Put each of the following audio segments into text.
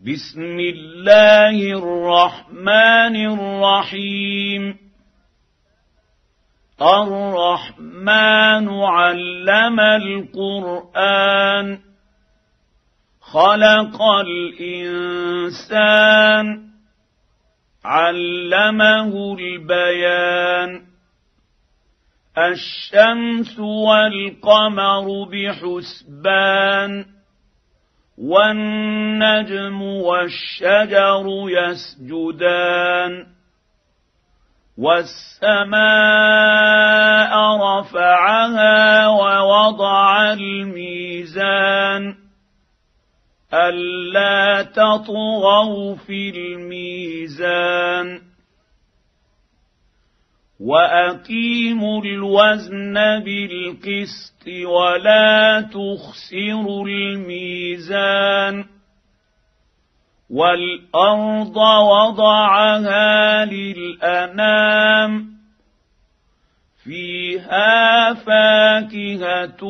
بسم الله الرحمن الرحيم الرحمن علم القرآن خلق الإنسان علمه البيان الشمس والقمر بحسبان والنجم والشجر يسجدان والسماء رفعها ووضع الميزان ألا تطغوا في الميزان وأقيموا الوزن بالقسط ولا تخسروا الميزان والأرض وضعها للأنام فيها فاكهة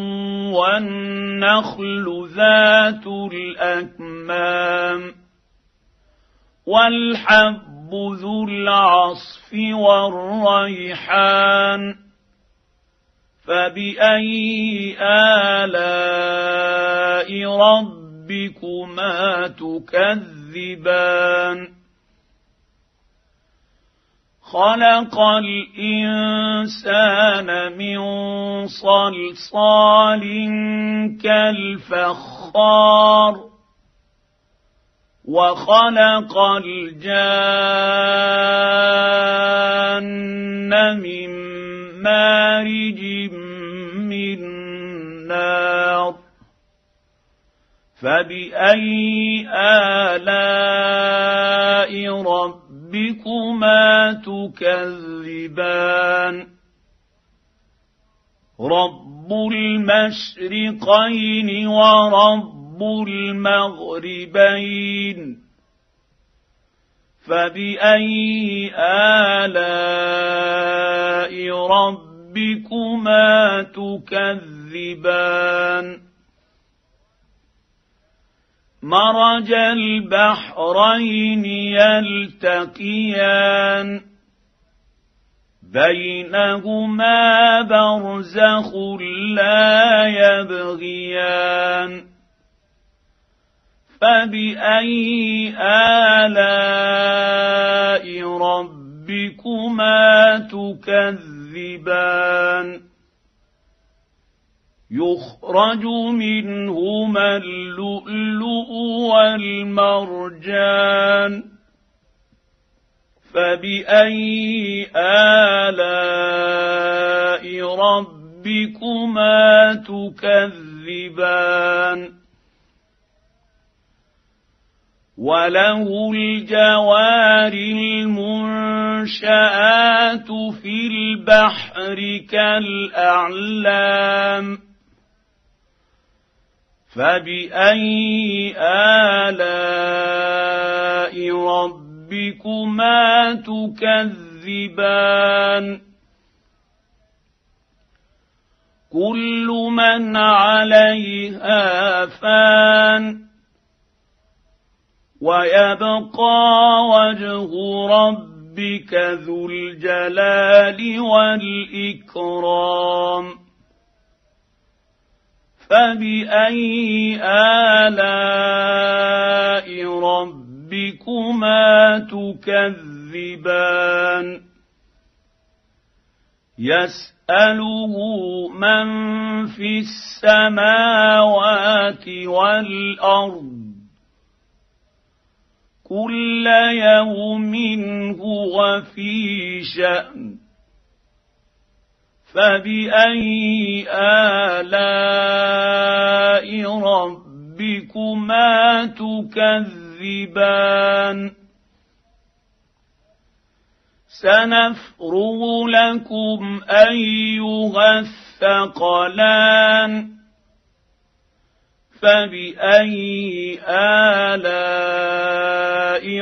والنخل ذات الأكمام والحب ذو العصف والريحان فبأي آلاء ربكما تكذبان خلق الإنسان من صلصال كالفخار وخلق الجان من مارج من نار فبأي آلاء ربكما تكذبان رب المشرقين ورب المغربين فبأي آلاء ربكما تكذبان مرج البحرين يلتقيان بينهما برزخ لا يبغيان فبأي آلاء ربكما تكذبان يخرج منهما اللؤلؤ والمرجان فبأي آلاء ربكما تكذبان وله الجوار المنشآت في البحر كالأعلام فبأي آلاء ربكما تكذبان كل من عليها فان ويبقى وجه ربك ذو الجلال والإكرام فبأي آلاء ربكما تكذبان يسأله من في السماوات والأرض كل يوم هو في شأن فبأي آلاء ربكما تكذبان سنفرغ لكم أيها الثقلان فبأي آلاء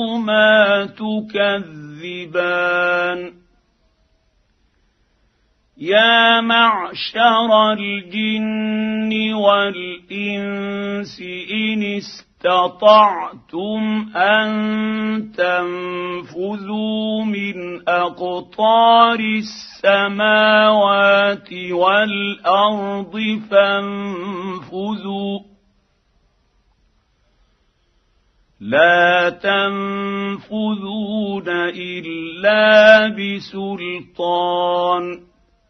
ربكما تكذبان يا معشر الجن والإنس إن استطعتم أن تنفذوا من أقطار السماوات والأرض فانفذوا لا تنفذون إلا بسلطان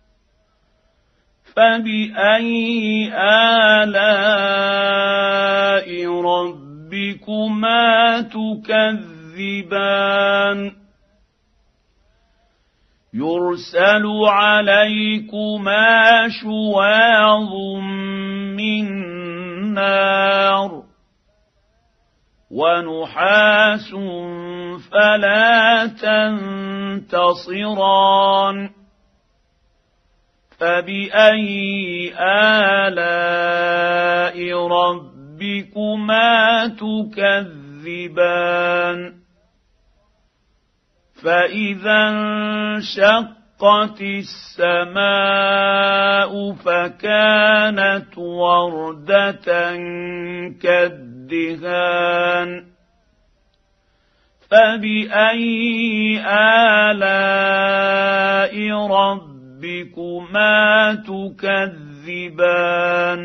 فبأي آلاء ربكما تكذبان يرسل عليكما شواظ من نار ونحاس فلا تنتصران فبأي آلاء ربكما تكذبان فإذا انشقت السماء فكانت وردة كالدهان فبأي آلاء ربكما تكذبان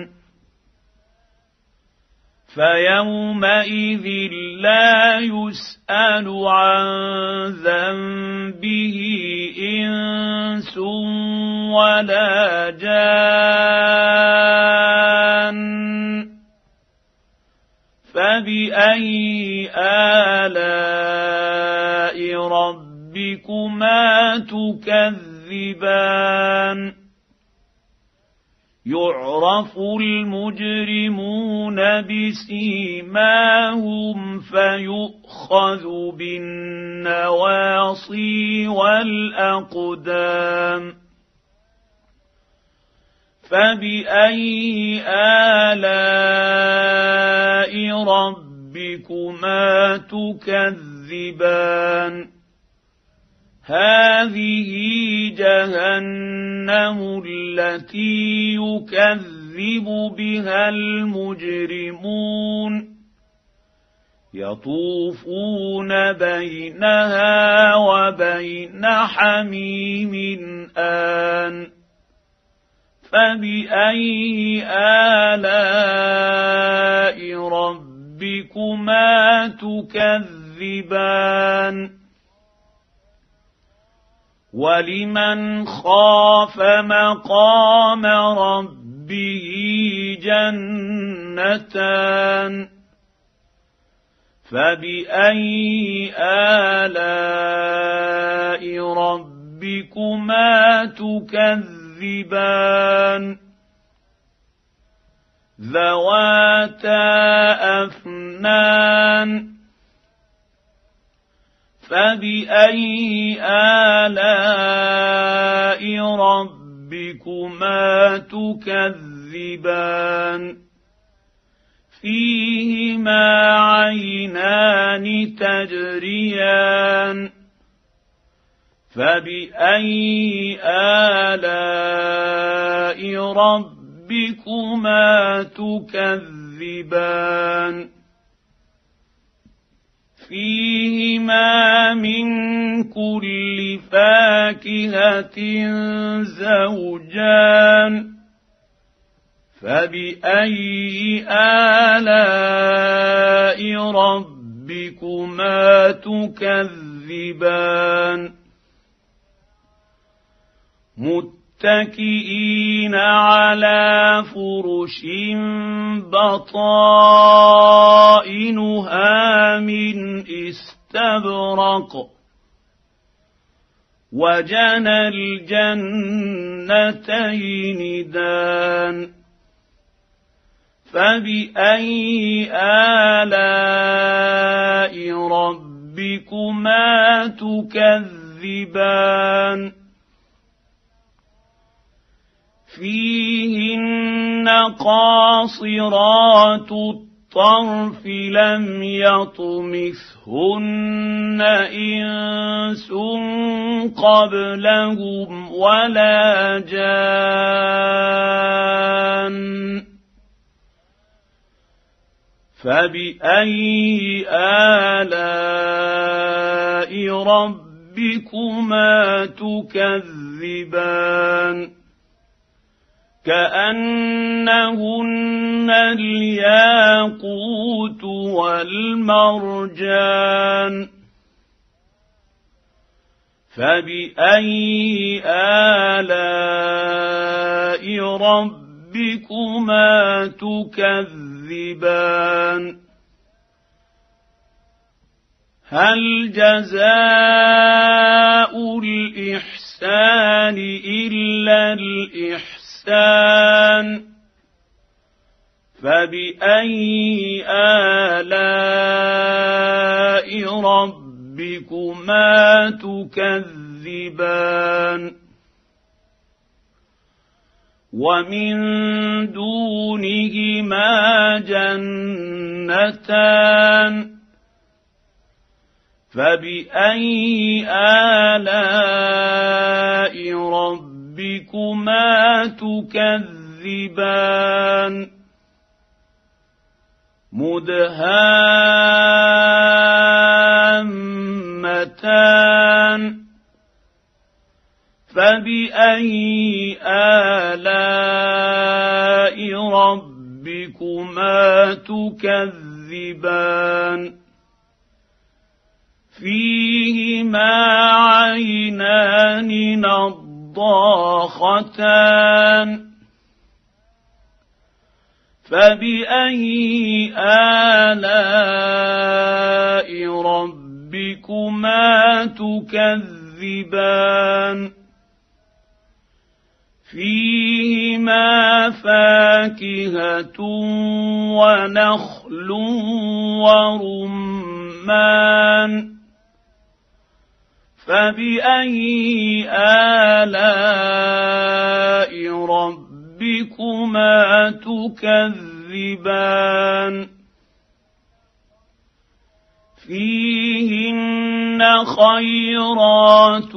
فيومئذ لا يسأل عن ذنبه إنس ولا جان فبأي آلاء ربكما تكذبان يعرف المجرمون بسيماهم فيؤخذ بالنواصي والأقدام فبأي آلاء ربكما تكذبان هذه جهنم التي يكذب بها المجرمون يطوفون بينها وبين حميم آن فبأي آلاء ربكما تكذبان ولمن خاف مقام ربه جنتان فبأي آلاء ربكما تكذبان ذواتا أفنان فبأي آلاء ربكما تكذبان فيهما عينان تجريان فبأي آلاء ربكما تكذبان فيهما من كل فاكهة زوجان فبأي آلاء ربكما تكذبان متكئين على فرش بطائنها من استبرق وجنى الجنتين دان فبأي آلاء ربكما تكذبان فيهن قاصرات الطرف لم يطمثهن إنس قبلهم ولا جان فبأي آلاء ربكما تكذبان كأنهن الياقوت والمرجان فبأي آلاء ربكما تكذبان هل جزاء الإحسان إلا الإحسان فبأي آلاء ربكما تكذبان ومن دونهما جنتان فبأي آلاء ربكما تكذبان مدهامتان فبأي آلاء ربكما تكذبان فيهما عينان نضاختان فبأي آلاء ربكما تكذبان فيهما فاكهة ونخل ورمان فبأي آلاء ربكما تكذبان فيهن خيرات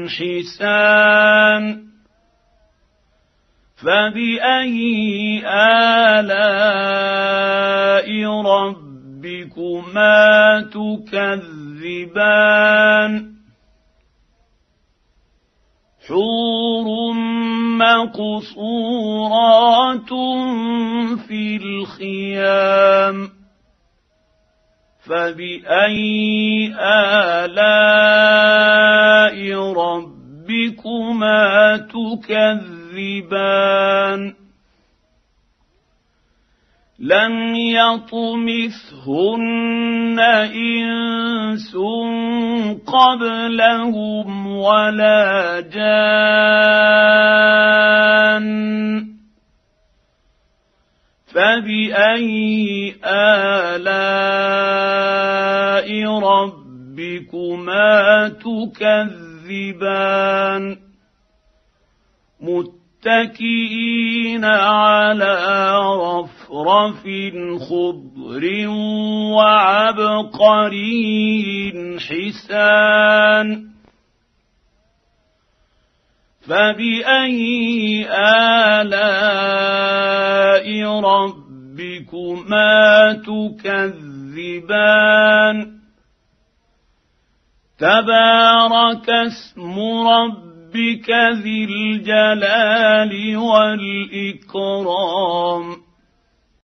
حسان فبأي آلاء ربكما تكذبان حور مقصورات في الخيام فبأي آلاء ربكما تكذبان لم يطمثهن إنس قبلهم ولا جان فبأي آلاء ربكما تكذبان متكئين على رفرف خضر وعبقري حسان فبأي آلاء ربكما تكذبان تبارك اسم ربك ذي الجلال والإكرام